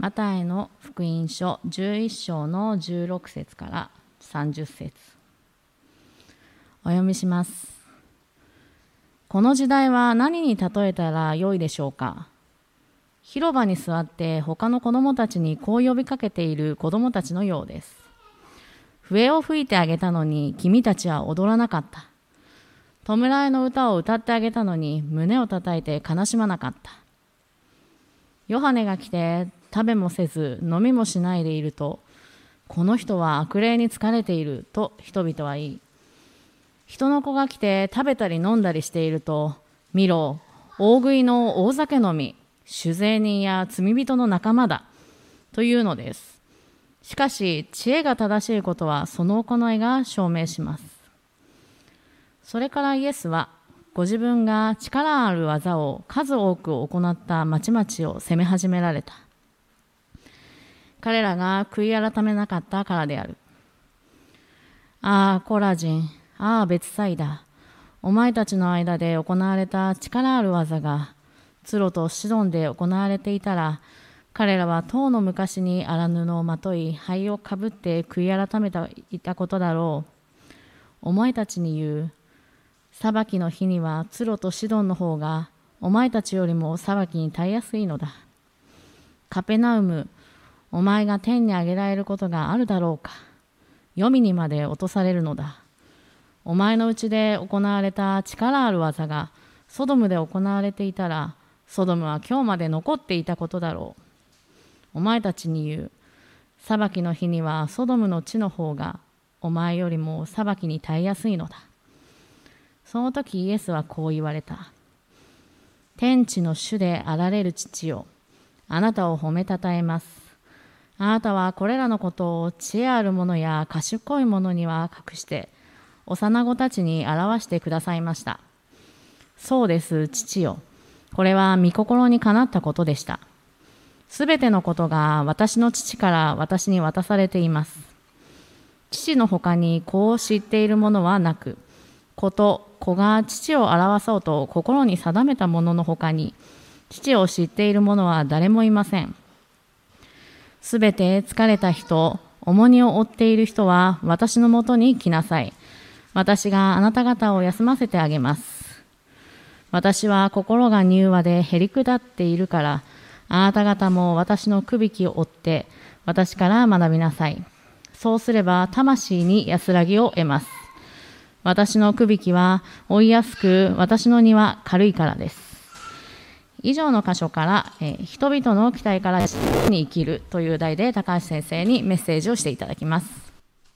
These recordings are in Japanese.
マタイの福音書11章の16節から30節。お読みします。この時代は何に例えたらよいでしょうか。広場に座って他の子供たちにこう呼びかけている子供たちのようです。笛を吹いてあげたのに君たちは踊らなかった。弔いの歌を歌ってあげたのに胸を叩いて悲しまなかった。ヨハネが来て食べもせず飲みもしないでいると、この人は悪霊に疲れていると人々は言い、人の子が来て食べたり飲んだりしていると、見ろ、大食いの大酒飲み、酒税人や罪人の仲間だというのです。しかし知恵が正しいことはその行いが証明します。それからイエスはご自分が力ある技を数多く行った町々を責め始められた。彼らが悔い改めなかったからである。ああ、コラジン、ああ、ベツサイダ、お前たちの間で行われた力ある技がツロとシドンで行われていたら、彼らはとうの昔に荒布をまとい、灰をかぶって悔い改めていたことだろう。お前たちに言う。裁きの日にはツロとシドンの方がお前たちよりも裁きに耐えやすいのだ。カペナウム、お前が天に上げられることがあるだろうか。黄泉にまで落とされるのだ。お前のうちで行われた力ある技がソドムで行われていたら、ソドムは今日まで残っていたことだろう。お前たちに言う。裁きの日にはソドムの地の方がお前よりも裁きに耐えやすいのだ。その時イエスはこう言われた。天地の主であられる父よ、あなたを褒めたたえます。あなたはこれらのことを知恵ある者や賢い者には隠して、幼子たちに表してくださいました。そうです、父よ。これは御心にかなったことでした。すべてのことが私の父から私に渡されています。父の他に子を知っている者はなく、子と子が父を表そうと心に定めた者の他に、父を知っている者は誰もいません。すべて疲れた人、重荷を負っている人は私のもとに来なさい。私があなた方を休ませてあげます。私は心が柔和でへりくだっているから、あなた方も私のくびきを追って私から学びなさい。そうすれば魂に安らぎを得ます。私のくびきは追いやすく、私の荷は軽いからです。以上の箇所から、人々の期待からに生きるという題で高橋先生にメッセージをしていただきます。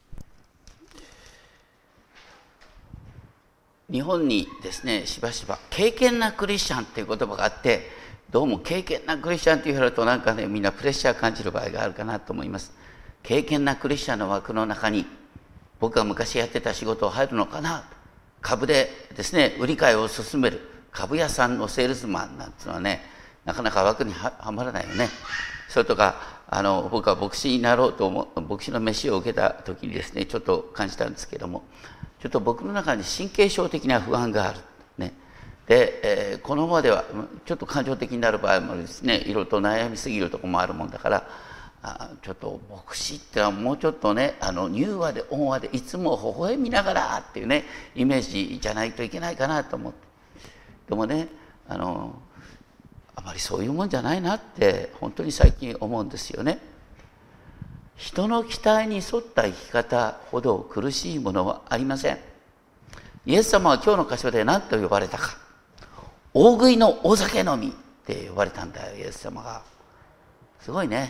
日本にですね、しばしば敬虔なクリスチャンっていう言葉があって、どうも敬虔なクリスチャンって言われるとなんかね、みんなプレッシャー感じる場合があるかなと思います。敬虔なクリスチャンの枠の中に僕が昔やってた仕事を入るのかな。株でですね、売り買いを進める株屋さんのセールスマンなんていうのはね、なかなか枠にはまらないよね。それとか僕は牧師になろうと牧師の飯を受けた時にですね、ちょっと感じたんですけども、ちょっと僕の中に神経症的な不安がある、ね、で、このままではちょっと感情的になる場合もですね、いろいろと悩みすぎるところもあるもんだから、ちょっと牧師ってのはもうちょっとね、柔和で温和でいつも微笑みながらっていうねイメージじゃないといけないかなと思って、でもね、あまりそういうもんじゃないなって本当に最近思うんですよね。人の期待に沿った生き方ほど苦しいものはありません。イエス様は今日の箇所で何と呼ばれたか。大食いの大酒飲みって呼ばれたんだよ、イエス様が。すごいね。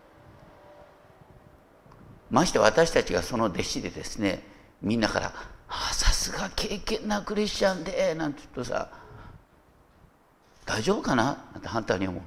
まして私たちがその弟子でですね、みんなから「さすが敬虔なクリスチャンで」なんて言うとさ、大丈夫かななんて反対に思う。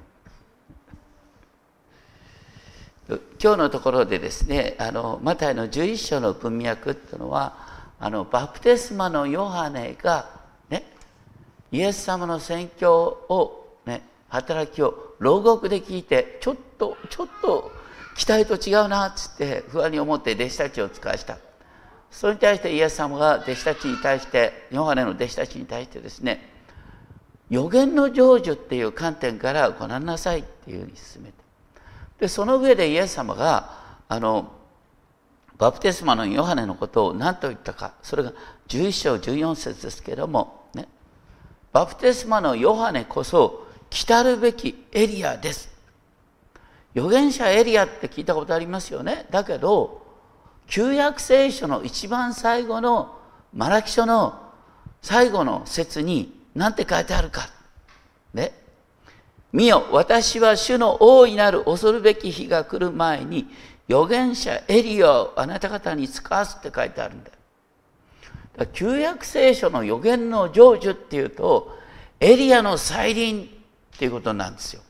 今日のところでですね、マタイの11章の文脈っていうのは、バプテスマのヨハネがね、イエス様の宣教をね、働きを牢獄で聞いて、ちょっと期待と違うなっつって不安に思って弟子たちを使わした。それに対してイエス様が弟子たちに対して、ヨハネの弟子たちに対してですね、預言の成就っていう観点から行いなさいっていうふうに進めた。 でその上でイエス様がバプテスマのヨハネのことを何と言ったか、それが11章14節ですけれども、ね、バプテスマのヨハネこそ来たるべきエリアです。預言者エリアって聞いたことありますよね。だけど旧約聖書の一番最後のマラキ書の最後の節に何て書いてあるか、ね、見よ、私は主の大いなる恐るべき日が来る前に預言者エリアをあなた方に使わすって書いてあるんだよ。だから旧約聖書の預言の成就っていうとエリアの再臨っていうことなんですよ。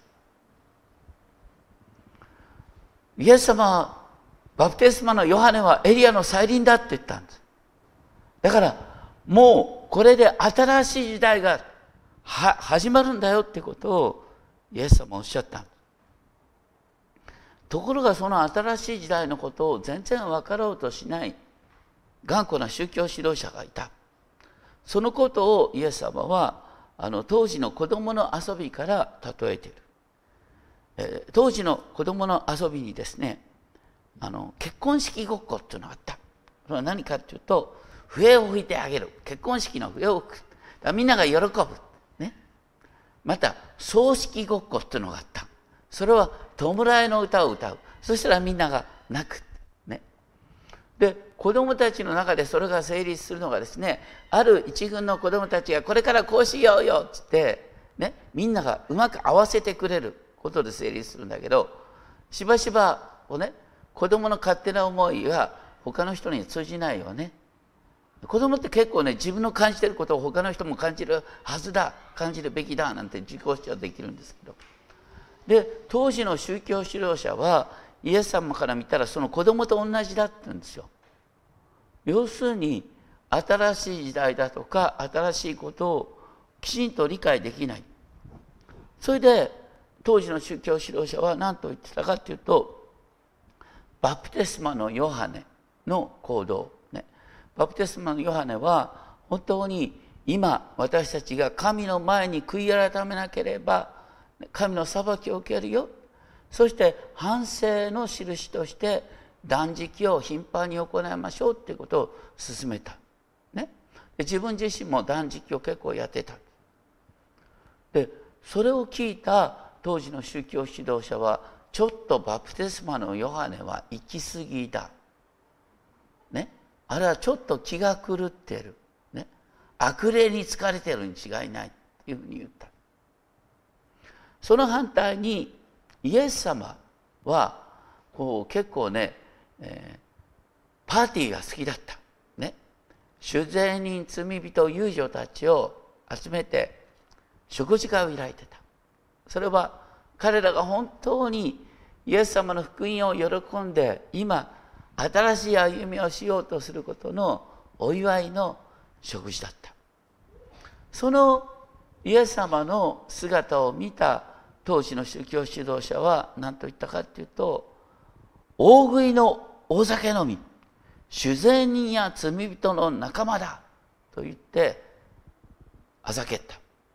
イエス様はバプテスマのヨハネはエリアの再臨だって言ったんです。だからもうこれで新しい時代が始まるんだよってことをイエス様はおっしゃったんです。ところがその新しい時代のことを全然分かろうとしない頑固な宗教指導者がいた。そのことをイエス様は当時の子供の遊びから例えている。当時の子供の遊びにですね、結婚式ごっこっていうのがあった。それは何かっていうと、笛を吹いてあげる。結婚式の笛を吹く。みんなが喜ぶ。ね。また、葬式ごっこっていうのがあった。それは弔いの歌を歌う。そしたらみんなが泣く。ね。で、子供たちの中でそれが成立するのがですね、ある一軍の子供たちがこれからこうしようよっつって、ね、みんながうまく合わせてくれることで成立するんだけど、しばしばね、子供の勝手な思いが他の人に通じないよね。子供って結構ね、自分の感じてることを他の人も感じるはずだ、感じるべきだなんて自己主張できるんですけど、で当時の宗教指導者はイエス様から見たらその子供と同じだったんですよ。要するに新しい時代だとか新しいことをきちんと理解できない。それで当時の宗教指導者は何と言ってたかというと、バプテスマのヨハネの行動、ね、バプテスマのヨハネは本当に今私たちが神の前に悔い改めなければ神の裁きを受けるよ。そして反省の印として断食を頻繁に行いましょうということを勧めた、ね、で自分自身も断食を結構やってた。でそれを聞いた当時の宗教指導者は、ちょっとバプテスマのヨハネは行き過ぎだ、ね、あれはちょっと気が狂っている、ね、悪霊に疲れているに違いないというふうに言った。その反対にイエス様はこう結構ね、パーティーが好きだった、ね、主税人罪人遊女たちを集めて食事会を開いてた。それは彼らが本当にイエス様の福音を喜んで今新しい歩みをしようとすることのお祝いの食事だった。そのイエス様の姿を見た当時の宗教指導者は何と言ったかというと、大食いの大酒飲み、主税人や罪人の仲間だと言ってあざけった。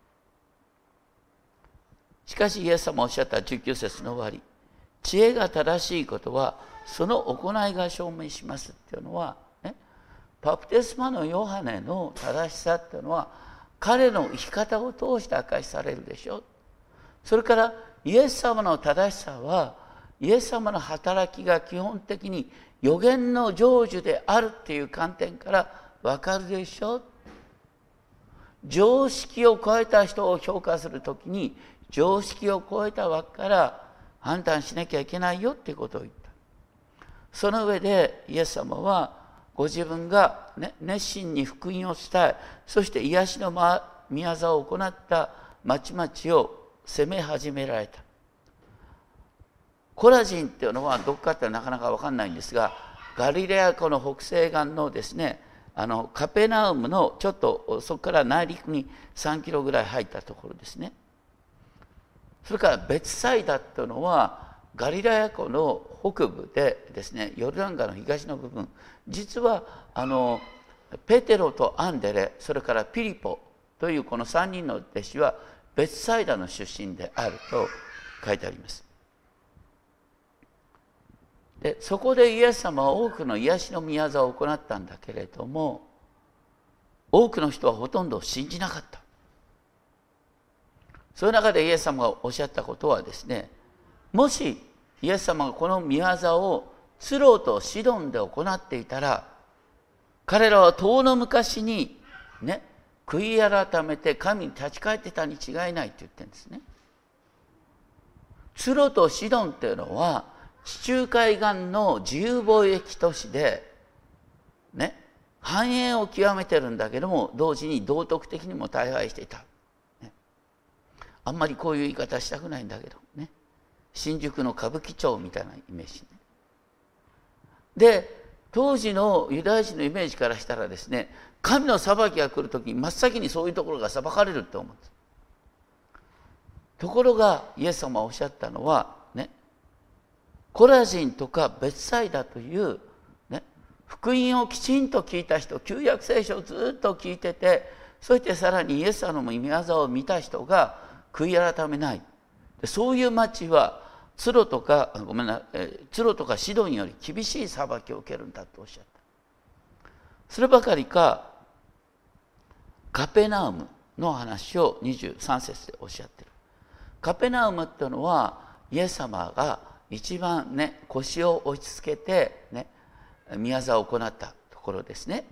しかしイエス様おっしゃった19節の終わり、知恵が正しいことはその行いが証明しますっていうのは、ね、バプテスマのヨハネの正しさっていうのは彼の生き方を通して明かしされるでしょう。それからイエス様の正しさはイエス様の働きが基本的に予言の成就であるっていう観点から分かるでしょう。常識を超えた人を評価するときに常識を超えた枠から判断しなきゃいけないよっていうことを言った。その上でイエス様はご自分が、ね、熱心に福音を伝え、そして癒しの御業を行った町々を責め始められた。コラジンっていうのはどこかってなかなか分かんないんですが、ガリレア湖の北西岸のですね、カペナウムのちょっとそこから内陸に3キロぐらい入ったところですね。それからベツサイダっていうのはガリラヤ湖の北部でですね、ヨルダン川の東の部分、実はペテロとアンデレ、それからピリポというこの3人の弟子はベツサイダの出身であると書いてあります。 でそこでイエス様は多くの癒しの宮沢を行ったんだけれども、多くの人はほとんど信じなかった。そういう中でイエス様がおっしゃったことはですね、もしイエス様がこの宮沢をツロとシドンで行っていたら、彼らは遠の昔にね、悔い改めて神に立ち返ってたに違いないって言ってるんですね。ツロとシドンっていうのは地中海岸の自由貿易都市でね、繁栄を極めてるんだけども、同時に道徳的にも大敗していた、ね、あんまりこういう言い方したくないんだけどね、新宿の歌舞伎町みたいなイメージね。で当時のユダヤ人のイメージからしたらですね、神の裁きが来るときに真っ先にそういうところが裁かれるって思うんです。ところがイエス様がおっしゃったのはね、コラジンとかベツサイダという、ね、福音をきちんと聞いた人、旧約聖書をずっと聞いてて、そしてさらにイエス様の御業を見た人が悔い改めない。でそういう町はツロとかシドンより厳しい裁きを受けるんだとおっしゃった。そればかりかカペナウムの話を23節でおっしゃってる。カペナウムっていうのはイエス様が一番ね、腰を落ち着けてね、宮沢を行ったところですね。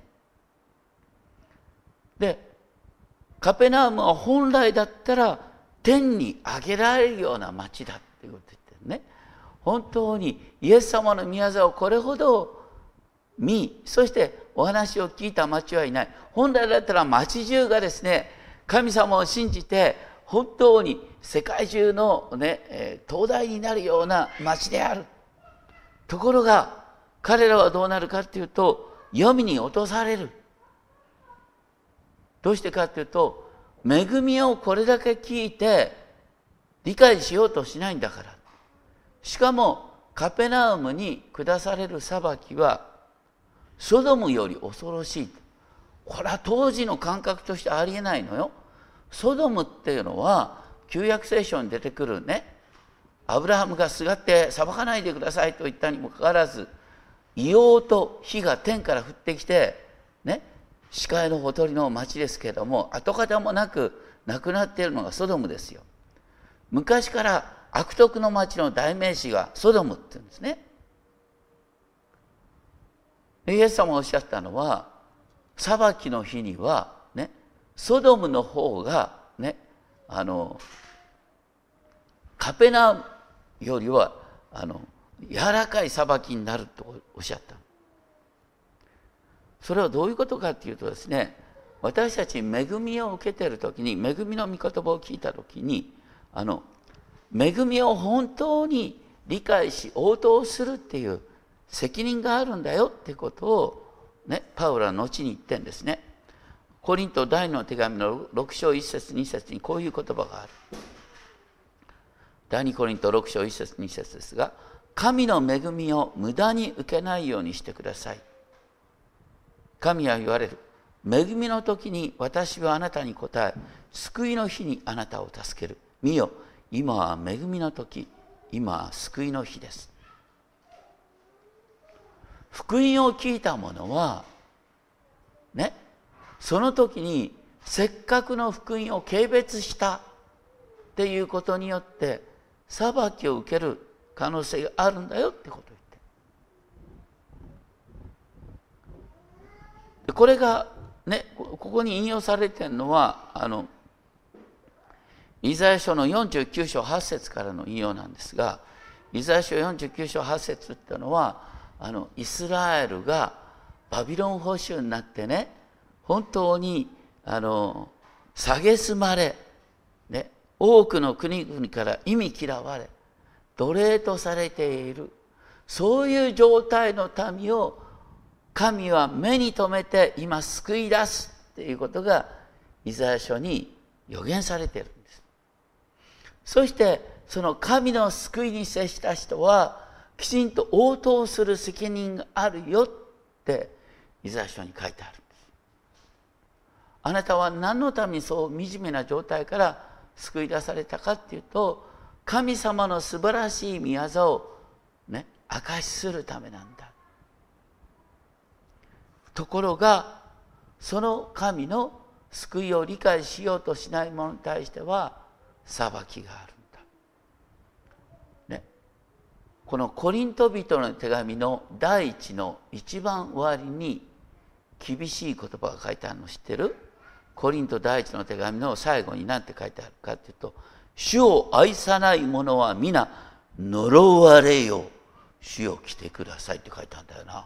でカペナウムは本来だったら天に上げられるような町だっていうことを言ってるね。本当にイエス様の宮沢をこれほど見、そしてお話を聞いた町はいない。本来だったら町中がですね、神様を信じて本当に世界中のね、灯台になるような町である。ところが彼らはどうなるかっていうと、黄泉に落とされる。どうしてかっていうと、恵みをこれだけ聞いて理解しようとしないんだから。しかもカペナウムに下される裁きはソドムより恐ろしい。これは当時の感覚としてありえないのよ。ソドムっていうのは旧約聖書に出てくるね、アブラハムがすがって裁かないでくださいと言ったにもかかわらず、硫黄と火が天から降ってきてね、視界のほとりの町ですけれども、跡形もなくなくなっているのがソドムですよ。昔から悪徳の町の代名詞がソドムって言うんですね。イエス様がおっしゃったのは、裁きの日にはね、ソドムの方がね、カペナウムよりは柔らかい裁きになるとおっしゃった。それはどういうことかっていうとですね、私たち恵みを受けているときに、恵みの御言葉を聞いたときに、恵みを本当に理解し応答するっていう責任があるんだよってことをね、パウロは後に言ってんですね。コリント第2の手紙の6章1節2節にこういう言葉がある。第2コリント6章1節2節ですが、神の恵みを無駄に受けないようにしてください。神は言われる。恵みの時に私はあなたに答え、救いの日にあなたを助ける。見よ、今は恵みの時、今は救いの日です。福音を聞いた者はね、その時にせっかくの福音を軽蔑したっていうことによって裁きを受ける可能性があるんだよってことを言って、これがね、ここに引用されているのはイザヤ書の49章8節からの引用なんですが、イザヤ書49章8節っていうのはイスラエルがバビロン捕囚になってね、本当に蔑まれ、ね、多くの国々から忌み嫌われ奴隷とされている、そういう状態の民を神は目に留めて今救い出すっていうことがイザヤ書に予言されているんです。そしてその神の救いに接した人はきちんと応答する責任があるよってイザヤ書に書いてあるんです。あなたは何のためにそう惨めな状態から救い出されたかっていうと、神様の素晴らしい御業をね、証しするためなんだ。ところがその神の救いを理解しようとしない者に対しては裁きがあるんだ、ね、このコリント人の手紙の第一の一番終わりに厳しい言葉が書いてあるの知ってる？コリント第一の手紙の最後に何て書いてあるかというと、主を愛さない者は皆呪われよ、主を来てくださいって書いてあるんだよな。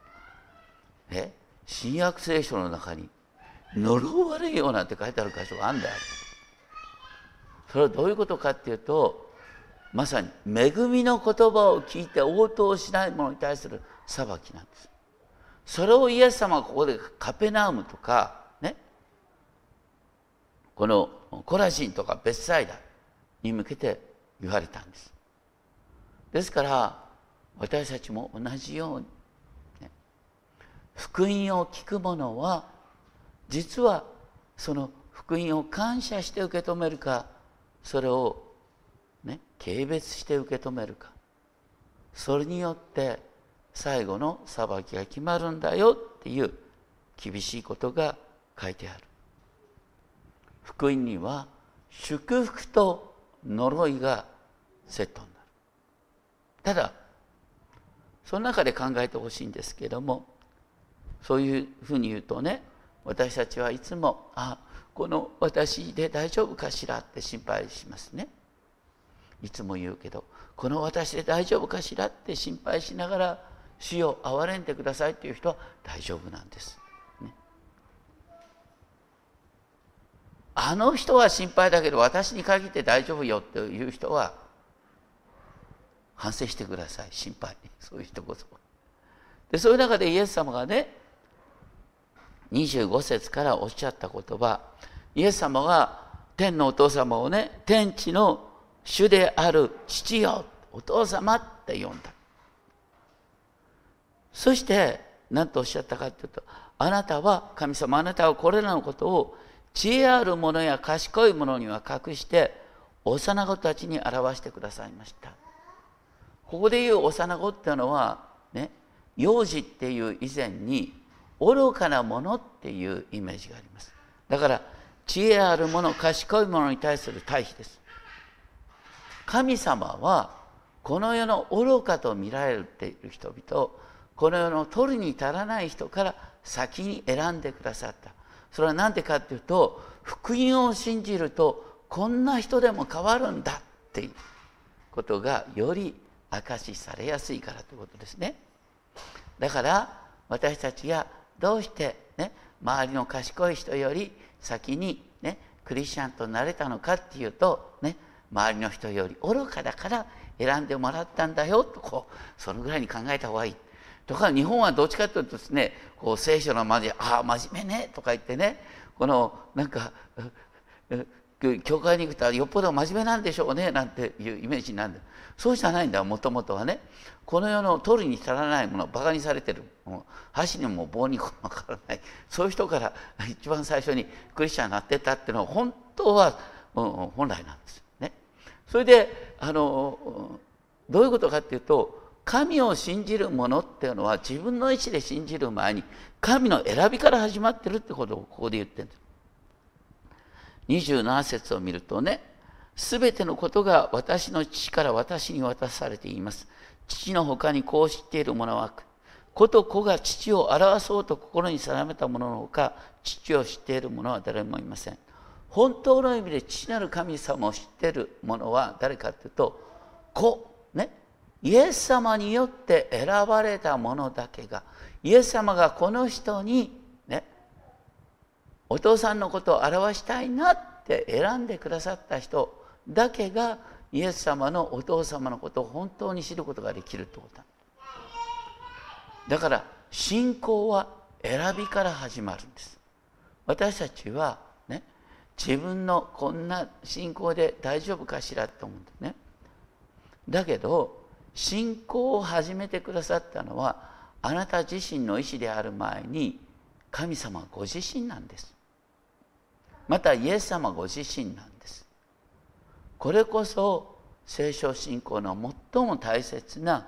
新約聖書の中に呪われよなんて書いてある箇所があるんだよ。それはどういうことかっていうと、まさに恵みの言葉を聞いて応答しない者に対する裁きなんです。それをイエス様はここでカペナウムとかね、このコラジンとかベツサイダに向けて言われたんです。ですから私たちも同じように、ね、福音を聞く者は実はその福音を感謝して受け止めるか、それを、ね、軽蔑して受け止めるか、それによって最後の裁きが決まるんだよっていう厳しいことが書いてある。福音には祝福と呪いがセットになる。ただその中で考えてほしいんですけれども、そういうふうに言うとね、私たちはいつもこの私で大丈夫かしらって心配しますね。いつも言うけど、この私で大丈夫かしらって心配しながら、主よ憐れんでくださいっていう人は大丈夫なんです、ね、あの人は心配だけど私に限って大丈夫よっていう人は反省してください。心配、そういう人こそ。でそういう中でイエス様がね、25節からおっしゃった言葉、イエス様が天のお父様をね、天地の主である父よ、お父様って呼んだ。そして何とおっしゃったかというと、あなたは神様、あなたはこれらのことを知恵ある者や賢い者には隠して幼子たちに表してくださいました。ここでいう幼子っていうのはね、幼児っていう以前に愚かなものっていうイメージがあります。だから知恵ある者、賢い者に対する対比です。神様はこの世の愚かと見られている人々をこの世の取るに足らない人から先に選んでくださった。それは何でかっていうと、福音を信じるとこんな人でも変わるんだっていうことがより証しされやすいからということですね。だから私たちがどうしてね、周りの賢い人より先にねクリスチャンとなれたのかっていうとね、周りの人より愚かだから選んでもらったんだよと、そのぐらいに考えた方がいい。とか日本はどっちかというとですね、聖書のまで真面目ねとか言ってね、なんか教会に行くとよっぽど真面目なんでしょうねなんていうイメージなんだ。そうじゃないんだ。もともとはね、この世の取るに足らないもの、バカにされてる、箸にも棒にもわからない、そういう人から一番最初にクリスチャンになってたっていうのは本当は本来なんですね。それでどういうことかっていうと、神を信じる者っていうのは自分の意思で信じる前に神の選びから始まってるってことをここで言ってるんです。27節を見るとね、すべてのことが私の父から私に渡されています。父の他にこう知っている者は、子と子が父を表そうと心に定めた者のほか、父を知っている者は誰もいません。本当の意味で父なる神様を知っている者は誰かというと、子ね、イエス様によって選ばれた者だけが、イエス様がこの人にね、お父さんのことを表したいなって選んでくださった人だけがイエス様のお父様のことを本当に知ることができるということだから信仰は選びから始まるんです。私たちはね、自分のこんな信仰で大丈夫かしらと思うんですね。だけど信仰を始めてくださったのはあなた自身の意思である前に神様ご自身なんです。またイエス様ご自身なんです。これこそ聖書信仰の最も大切な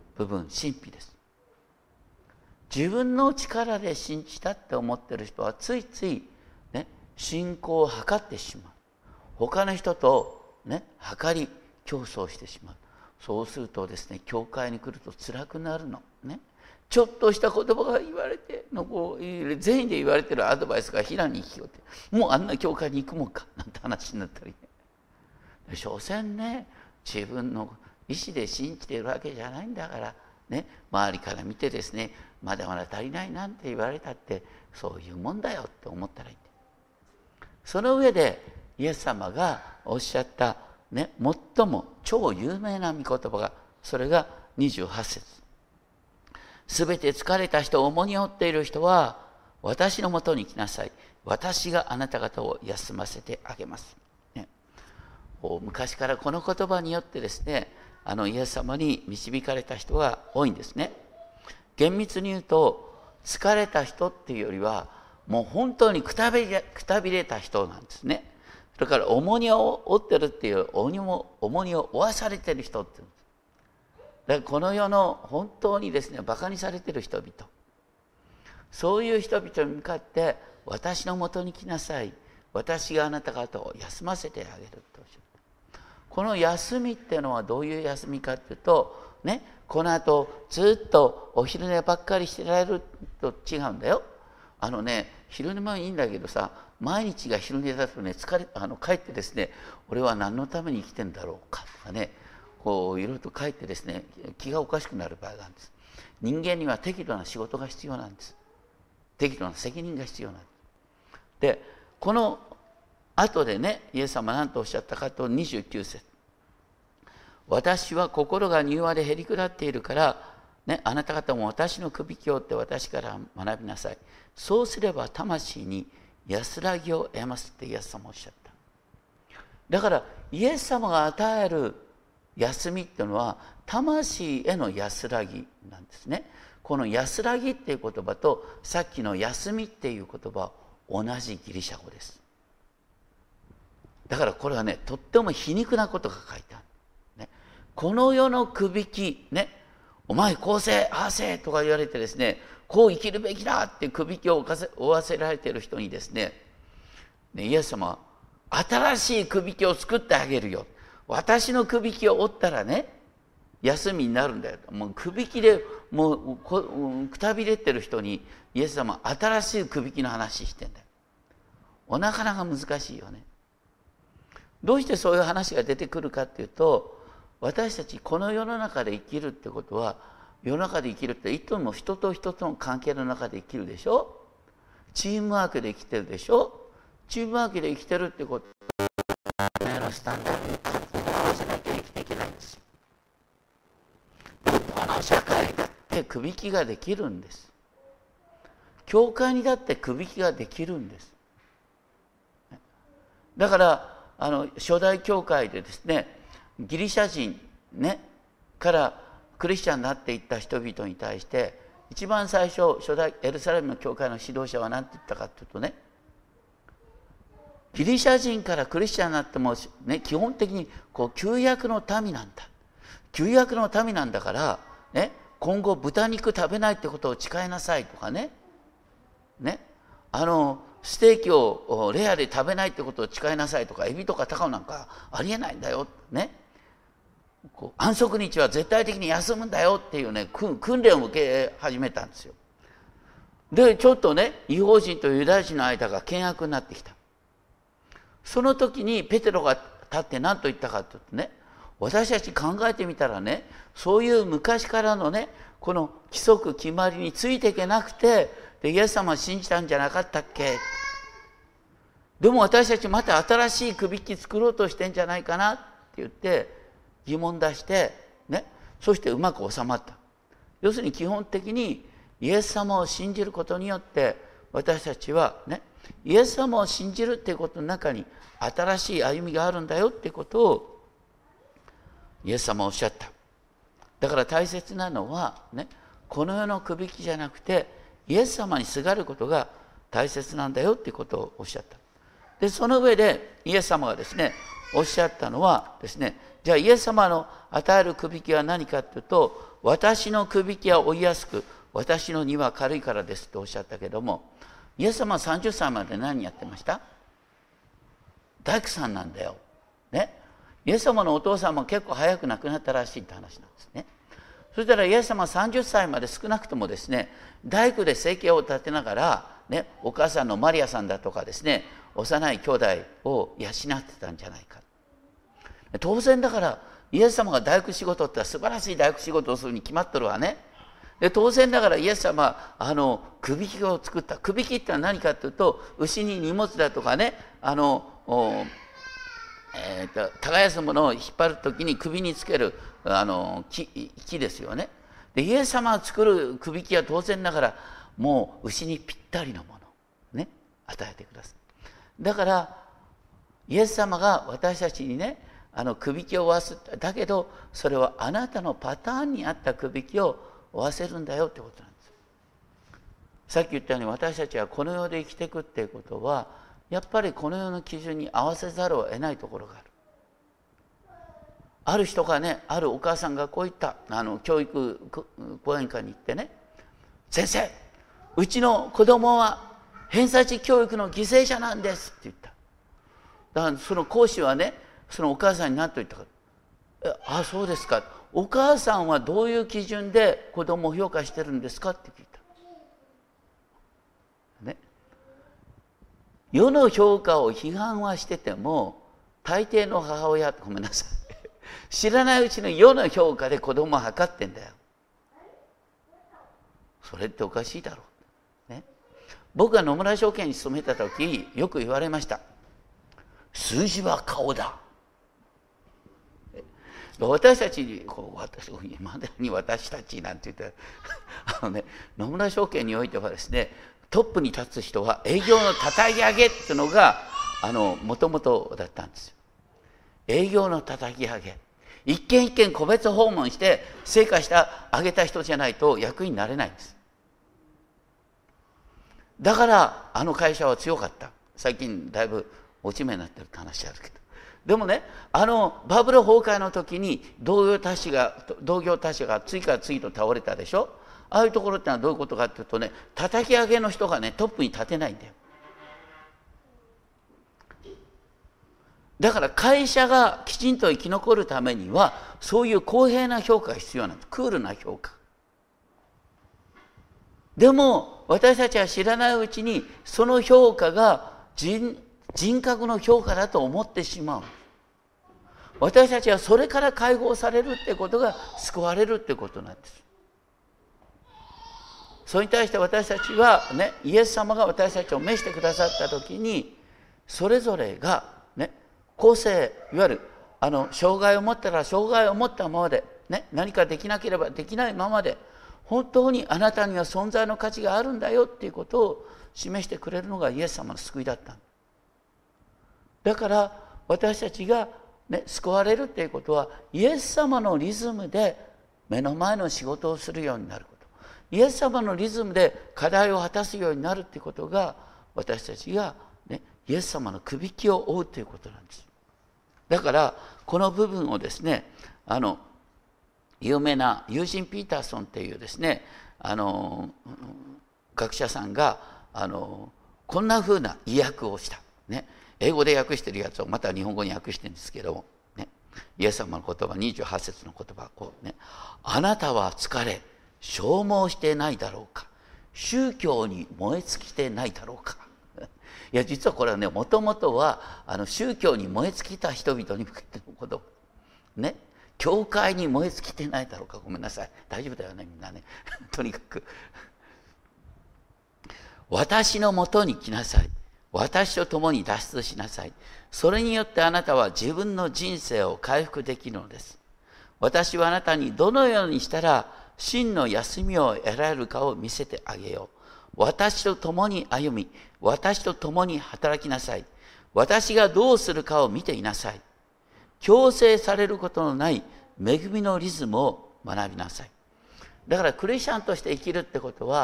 部分、神秘です。自分の力で信じたって思ってる人はついつい、ね、信仰を測ってしまう。他の人と、ね、測り競争してしまう。そうするとですね、教会に来ると辛くなるの。ね、ちょっとした言葉が言われて全員で言われてるアドバイスが平に聞こえて、もうあんな教会に行くもんかなんて話になったり、ね、所詮ね、自分の意思で信じているわけじゃないんだからね、周りから見てですね、まだまだ足りないなんて言われたってそういうもんだよって思ったらいい。その上でイエス様がおっしゃった、ね、最も超有名な御言葉が、それが28節。すべて疲れた人、重荷を負っている人は私のもとに来なさい。私があなた方を休ませてあげます。ね、昔からこの言葉によってですね、イエス様に導かれた人が多いんですね。厳密に言うと、疲れた人っていうよりはもう本当にくたびれた人なんですね。それから重荷を負ってるっていう、重荷を負わされてる人っていうんです。だからこの世の本当にですね、バカにされてる人々、そういう人々に向かって私のもとに来なさい。私があなた方を休ませてあげるとおっしゃった。この休みっていうのはどういう休みかっていうと、ね、この後ずっとお昼寝ばっかりしてられると違うんだよ。昼寝もいいんだけどさ、毎日が昼寝だとね、帰ってですね、俺は何のために生きてんだろうかとかね、こういろいろと帰ってですね、気がおかしくなる場合があるんです。人間には適度な仕事が必要なんです。適度な責任が必要なんです。で、この後でね、イエス様は何とおっしゃったかと、29節。私は心が柔和でへりくだっているから、ね、あなた方も私の首輝をって私から学びなさい。そうすれば魂に安らぎを得ますってイエス様おっしゃった。だからイエス様が与える休みっていうのは魂への安らぎなんですね。この安らぎっていう言葉とさっきの休みっていう言葉は同じギリシャ語です。だからこれはね、とっても皮肉なことが書いてある、ね、この世のくびきね、お前こうせああせとか言われてですね、こう生きるべきだってくびきを負わせられている人にですね、イエス様は新しいくびきを作ってあげるよ。私のくびきを折ったらね、休みになるんだよ。もうくびきでもうくたびれてる人にイエス様は新しいくびきの話してんだよ。なかなか難しいよね。どうしてそういう話が出てくるかっていうと、私たちこの世の中で生きるってことは、世の中で生きるっていつも人と人との関係の中で生きるでしょ。チームワークで生きてるでしょ。チームワークで生きてるってことはのスタンダードに合わせなきゃ生きていけないんですよ。この社会だってくびきができるんです。教会にだってくびきができるんです。だから初代教会でですね、ギリシャ人、ね、からクリスチャンになっていった人々に対して一番最初初代エルサレムの教会の指導者は何て言ったかというとね、ギリシャ人からクリスチャンになっても、ね、基本的に旧約の民なんだ。旧約の民なんだから、ね、今後豚肉食べないってことを誓いなさいとかね、ステーキをレアで食べないってことを誓いなさいとか、エビとかタカなんかありえないんだよ、ね、安息日は絶対的に休むんだよっていうね、訓練を受け始めたんですよ。でちょっとね、異邦人とユダヤ人の間が険悪になってきた。その時にペテロが立って何と言ったかというとね、私たち考えてみたらね、そういう昔からのね、この規則決まりについていけなくて、でイエス様を信じたんじゃなかったっけ。でも私たちまた新しいくびき作ろうとしてんじゃないかなって言って疑問出してね、そしてうまく収まった。要するに基本的にイエス様を信じることによって私たちはね、イエス様を信じるっていうことの中に新しい歩みがあるんだよっていうことをイエス様はおっしゃった。だから大切なのはね、この世のくびきじゃなくてイエス様にすがることが大切なんだよっていうことをおっしゃった。でその上でイエス様がですねおっしゃったのはですね、 じゃあイエス様の与えるくびきは何かというと、私のくびきは負いやすく、私の荷は軽いからですとおっしゃったけども、イエス様は30歳まで何やってました？大工さんなんだよ。ね。イエス様のお父さんも結構早く亡くなったらしいって話なんですね。そしたらイエス様は30歳まで少なくともですね、大工で生計を立てながら、ね、お母さんのマリアさんだとかですね、幼い兄弟を養ってたんじゃないか。当然だからイエス様が大工仕事って素晴らしい大工仕事をするに決まってるわね。で当然だからイエス様はくびきを作った。くびきってのは何かというと、牛に荷物だとかね、耕すものを引っ張るときに首につける木ですよね。でイエス様が作るくびきは当然ながらもう牛にぴったりのものね、与えてください。だからイエス様が私たちにね、くびきを負わす。だけどそれはあなたのパターンに合ったくびきを負わせるんだよってことなんです。さっき言ったように私たちはこの世で生きていくっていうことは、やっぱりこの世の基準に合わせざるを得ないところがある。ある人がね、あるお母さんがこう言った。教育講演会に行ってね、先生、うちの子供は偏差値教育の犠牲者なんですって言った。だからその講師はね、そのお母さんに何と言ったか。あ、そうですか。お母さんはどういう基準で子供を評価してるんですかって聞いた。ね。世の評価を批判はしてても、大抵の母親、ごめんなさい。知らないうちの世の評価で子供を測ってんだよ。それっておかしいだろう。ね。僕が野村証券に勤めた時、よく言われました。数字は顔だ。私たちに今までに私たちなんて言ったら野村証券においてはですね、トップに立つ人は営業の叩き上げっていうのがもともとだったんですよ。営業の叩き上げ、一件一件個別訪問して成果上げた人じゃないと役員になれないんです。だから会社は強かった。最近だいぶ落ち目になってるって話あるけど、でもね、バブル崩壊の時に同業他社が次から次と倒れたでしょ。ああいうところってのはどういうことかっていうとね、叩き上げの人がねトップに立てないんだよ。だから会社がきちんと生き残るためにはそういう公平な評価が必要なんです。クールな評価。でも私たちは知らないうちにその評価が人格の評価だと思ってしまう。私たちはそれから解放されるってことが救われるってことなんです。それに対して私たちはね、イエス様が私たちを召してくださった時に、それぞれがね、個性、いわゆる障害を持ったら障害を持ったままで、ね、何かできなければできないままで、本当にあなたには存在の価値があるんだよっていうことを示してくれるのがイエス様の救いだった。だから私たちが、ね、救われるっていうことは、イエス様のリズムで目の前の仕事をするようになること、イエス様のリズムで課題を果たすようになるっていうことが、私たちが、ね、イエス様のくびきを負うということなんです。だからこの部分をですね、有名なユージン・ピーターソンっていうですね、学者さんがこんなふうな意訳をした、ね、英語で訳してるやつをまた日本語に訳してるんですけども、ね、イエス様の言葉、28節の言葉、こうね、あなたは疲れ消耗してないだろうか、宗教に燃え尽きてないだろうか。いや実はこれはね、もともとは宗教に燃え尽きた人々に向けての言葉ね、教会に燃え尽きてないだろうか。ごめんなさい、大丈夫だよねみんなねとにかく私のもとに来なさい、私と共に脱出しなさい、それによってあなたは自分の人生を回復できるのです。私はあなたにどのようにしたら真の休みを得られるかを見せてあげよう。私と共に歩み、私と共に働きなさい。私がどうするかを見ていなさい。強制されることのない恵みのリズムを学びなさい。だからクリスチャンとして生きるってことは、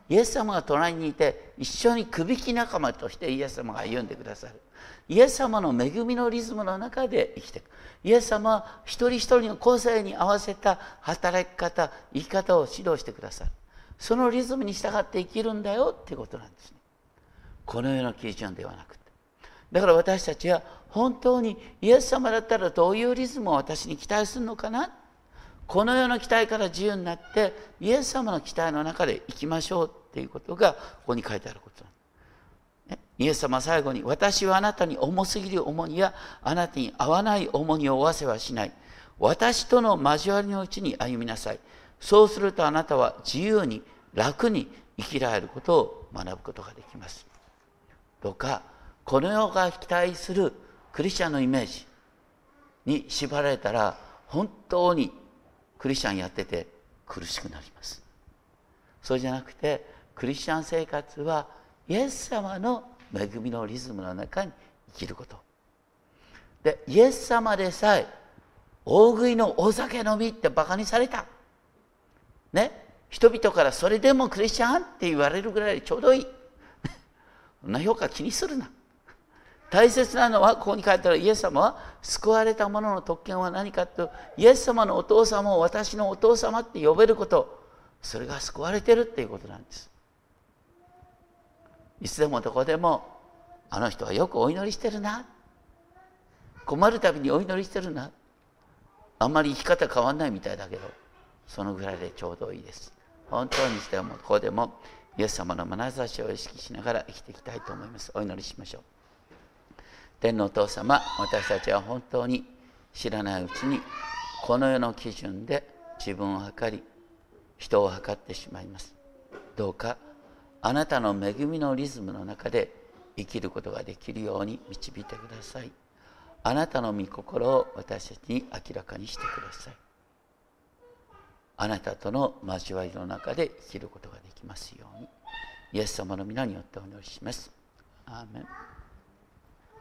イエス様が隣にいて、一緒にくびき仲間としてイエス様が歩んでくださる。イエス様の恵みのリズムの中で生きていく。イエス様は一人一人の個性に合わせた働き方、生き方を指導してくださる。そのリズムに従って生きるんだよっていうことなんですね。この世の基準ではなくて。だから私たちは本当にイエス様だったらどういうリズムを私に期待するのかな。この世の期待から自由になってイエス様の期待の中で生きましょうっていうことがここに書いてあることなんです。イエス様は最後に、私はあなたに重すぎる重荷やあなたに合わない重荷を負わせはしない。私との交わりのうちに歩みなさい。そうするとあなたは自由に楽に生きられることを学ぶことができます。どうかこの世が期待するクリスチャンのイメージに縛られたら本当にクリスチャンやってて苦しくなります。そうじゃなくてクリスチャン生活はイエス様の恵みのリズムの中に生きることで、イエス様でさえ大食いのお酒飲みってバカにされたね、人々からそれでもクリスチャンって言われるぐらいでちょうどいいそんな評価気にするな。大切なのはここに書いてある、イエス様は救われた者の特権は何かと、イエス様のお父様を私のお父様って呼べること、それが救われてるっていうことなんです。いつでもどこでもあの人はよくお祈りしてるな、困るたびにお祈りしてるな、あんまり生き方変わんないみたいだけどそのぐらいでちょうどいいです。本当にしてもここでもイエス様の眼差しを意識しながら生きていきたいと思います。お祈りしましょう。天のお父様、私たちは本当に知らないうちにこの世の基準で自分を測り人を測ってしまいます。どうかあなたの恵みのリズムの中で生きることができるように導いてください。あなたの御心を私たちに明らかにしてください。あなたとの交わりの中で生きることができますように、イエス様の皆によってお祈りします。アーメン。